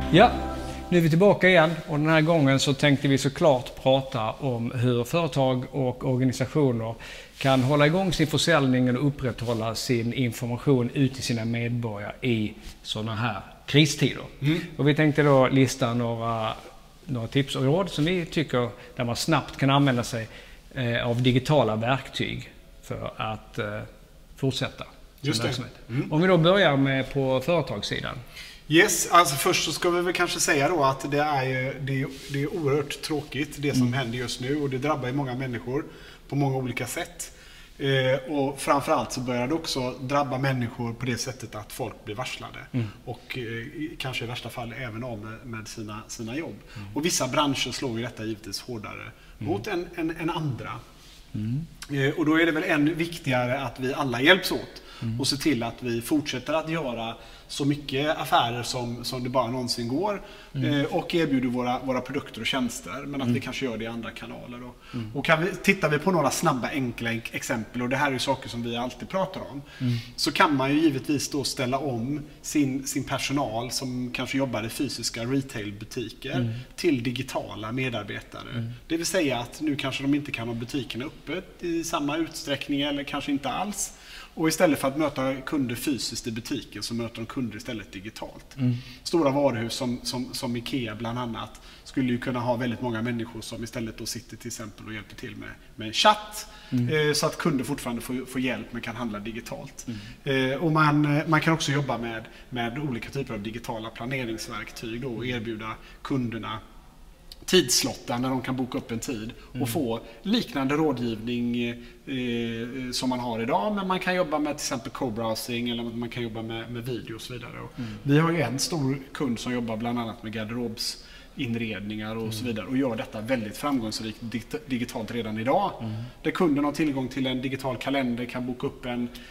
Ja, nu är vi tillbaka igen och den här gången så tänkte vi såklart prata om hur företag och organisationer kan hålla igång sin försäljning och upprätthålla sin information ut till sina medborgare i sådana här kristider. Och vi tänkte då lista några tips och råd som vi tycker där man snabbt kan använda sig av digitala verktyg för att fortsätta sin verksamhet. Om vi då börjar med på företagssidan. Yes, alltså först så ska vi väl kanske säga då att det är oerhört tråkigt det som händer just nu, och det drabbar ju många människor på många olika sätt. Och framförallt så börjar det också drabba människor på det sättet att folk blir varslade och kanske i värsta fall även av med sina jobb. Och vissa branscher slår ju detta givetvis hårdare mot än andra. Och då är det väl än viktigare att vi alla hjälps åt och se till att vi fortsätter att göra så mycket affärer som det bara någonsin går och erbjuder våra produkter och tjänster, men att vi kanske gör det i andra kanaler. Och tittar vi på några snabba enkla exempel, och det här är ju saker som vi alltid pratar om, så kan man ju givetvis då ställa om sin personal som kanske jobbar i fysiska retailbutiker till digitala medarbetare. Det vill säga att nu kanske de inte kan ha butikerna öppet i samma utsträckning eller kanske inte alls. Och istället för att möta kunder fysiskt i butiken så möter de kunder istället digitalt. Stora varuhus som Ikea bland annat skulle ju kunna ha väldigt många människor som istället då sitter till exempel och hjälper till med en chatt så att kunder fortfarande får hjälp men kan handla digitalt. Och man kan också jobba med olika typer av digitala planeringsverktyg då, och erbjuda kunderna tidslottar när de kan boka upp en tid och få liknande rådgivning som man har idag, men man kan jobba med till exempel co-browsing eller man kan jobba med video och så vidare. Vi har ju en stor kund som jobbar bland annat med garderobsinredningar och så vidare och gör detta väldigt framgångsrikt digitalt redan idag. Där kunden har tillgång till en digital kalender, kan boka upp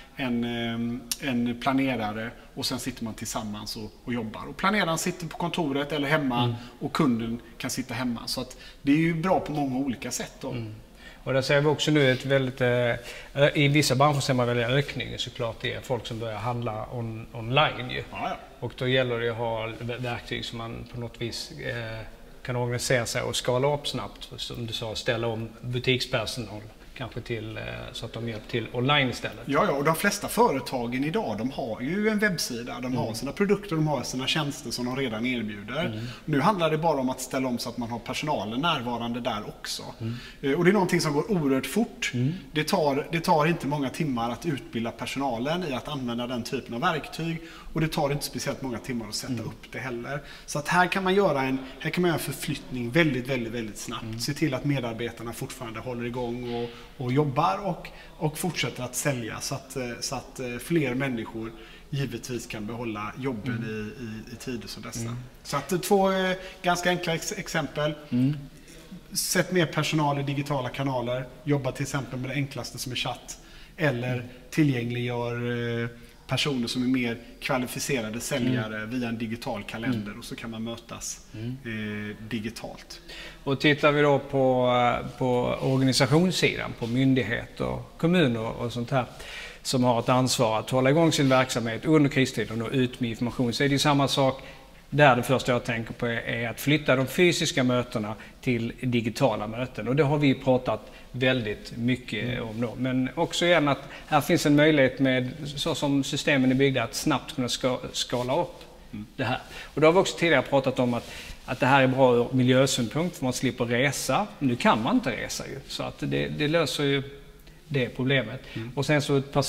en planerare och sen sitter man tillsammans och jobbar. Och planeraren sitter på kontoret eller hemma och kunden kan sitta hemma. Så att det är ju bra på många olika sätt då. Och där ser vi också nu ett väldigt, i vissa branscher ser man väldigt ökning såklart, det är folk som börjar handla online ju. Ja. Och då gäller det att ha verktyg som man på något vis kan organisera sig och skala upp snabbt. Som du sa, ställa om butikspersonal kanske till så att de hjälper till online istället. Ja, och de flesta företagen idag, de har ju en webbsida, de har sina produkter, de har sina tjänster som de redan erbjuder. Nu handlar det bara om att ställa om så att man har personalen närvarande där också. Och det är någonting som går oerhört fort. Det tar inte många timmar att utbilda personalen i att använda den typen av verktyg, och det tar inte speciellt många timmar att sätta upp det heller. Så att här kan man göra en förflyttning väldigt, väldigt, väldigt snabbt. Se till att medarbetarna fortfarande håller igång och jobbar och fortsätter att sälja så att fler människor givetvis kan behålla jobben i tider som dessa. Så att 2 ganska enkla exempel. Sätt mer personal i digitala kanaler. Jobba till exempel med det enklaste som är chatt. Eller tillgängliggör personer som är mer kvalificerade säljare via en digital kalender, och så kan man mötas digitalt. Och tittar vi då på organisationssidan, på myndigheter, kommuner och sånt här som har ett ansvar att hålla igång sin verksamhet under kristiden och ut med information, så är det samma sak där. Det första jag tänker på är att flytta de fysiska mötena till digitala möten, och det har vi pratat väldigt mycket om då. Men också igen att här finns en möjlighet med, så som systemen är byggda, att snabbt kunna skala upp det här. Och då har vi också tidigare pratat om att det här är bra ur miljösynpunkt, för man slipper resa. Nu kan man inte resa ju, så att det löser ju det problemet. Och sen så ett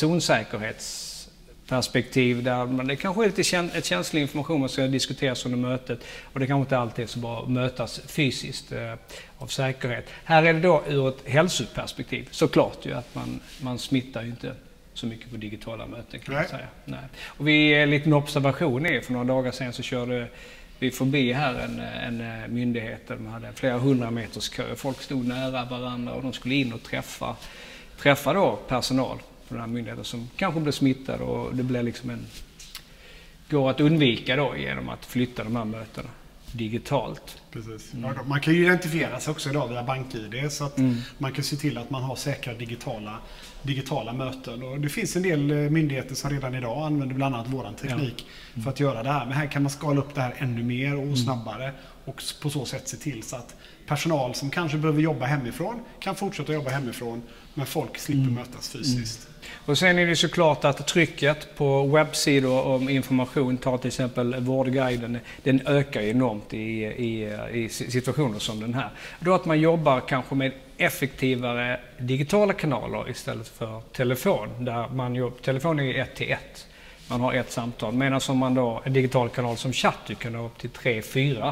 personsäkerhetsperspektiv där det kanske är lite ett känslig information man ska diskuteras under mötet, och det kanske inte alltid är så bra att mötas fysiskt av säkerhet. Här är det då ur ett hälsoperspektiv såklart ju att man smittar ju inte så mycket på digitala möten kan man säga. Nej. Och en liten observation är, för några dagar sedan så körde vi förbi här en myndighet där de hade flera 100 meters kö. Folk stod nära varandra och de skulle in och träffa då personal på den här myndigheten som kanske blev smittade, och det blev liksom går att undvika då genom att flytta de här mötena. digitalt. Precis. Ja, man kan ju identifiera sig också idag via BankID så att man kan se till att man har säkra digitala möten. Och det finns en del myndigheter som redan idag använder bland annat våran teknik för att göra det här. Men här kan man skala upp det här ännu mer och snabbare och på så sätt se till så att personal som kanske behöver jobba hemifrån kan fortsätta jobba hemifrån, men folk slipper mötas fysiskt. Och sen är det såklart att trycket på webbsidor om information, tar till exempel Vårdguiden, den ökar enormt i situationer som den här. Då att man jobbar kanske med effektivare digitala kanaler istället för telefon, där telefon är 1-1. Man har ett samtal, medan som man då en digital kanal som chatt, du kan ha upp till 3-4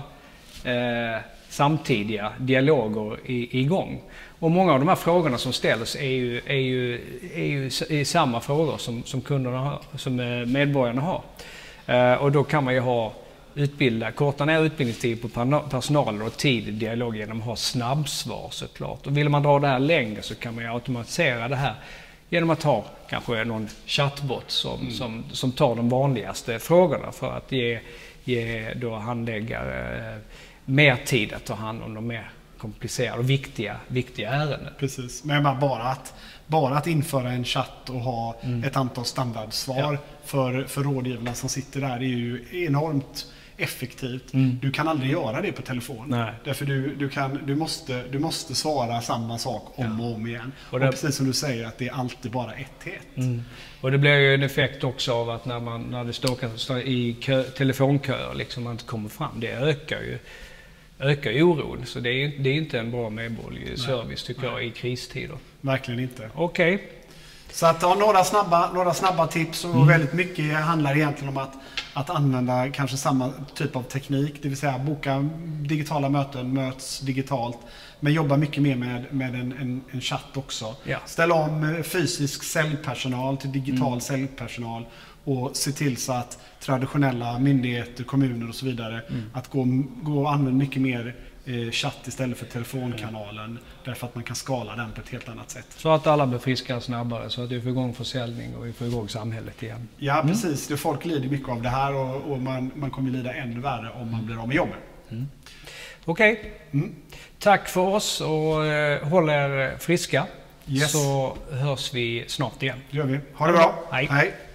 samtidiga dialoger igång. Och många av de här frågorna som ställs är ju samma frågor som kunderna har, som medborgarna har. Och då kan man ju korta ner utbildningstid på personalen och tid i dialog genom att ha snabbsvar såklart. Och vill man dra det här längre så kan man ju automatisera det här genom att ha kanske någon chatbot som tar de vanligaste frågorna för att ge då handläggare mer tid att ta hand om de mer komplicerade och viktiga ärenden. Precis, men bara att införa en chatt och ha ett antal standardsvar för rådgivarna som sitter där är ju enormt effektivt. Du kan aldrig göra det på telefon. Nej. Därför du måste svara samma sak om och om igen. Och precis som du säger att det är alltid bara 1-1. Och det blir ju en effekt också av att när det står i telefonköer liksom man inte kommer fram, det ökar ju oron. Så det är inte en bra medborgerlig service tycker jag i kristider. Verkligen inte. Okej. Så att några snabba tips och väldigt mycket handlar egentligen om att använda kanske samma typ av teknik, det vill säga boka digitala möten, möts digitalt, men jobba mycket mer med en chatt också. Ja. Ställa om fysisk säljpersonal till digital säljpersonal och se till så att traditionella myndigheter, kommuner och så vidare att gå och använda mycket mer chatt istället för telefonkanalen, därför att man kan skala den på ett helt annat sätt. Så att alla blir friskare snabbare, så att vi får igång försäljning och vi får igång samhället igen. Ja, precis. Folk lider mycket av det här och man kommer lida ännu värre om man blir av med jobbet. Okej. Tack för oss och håll er friska. Yes. Så hörs vi snart igen. Det gör vi. Ha det bra. Hej. Hej.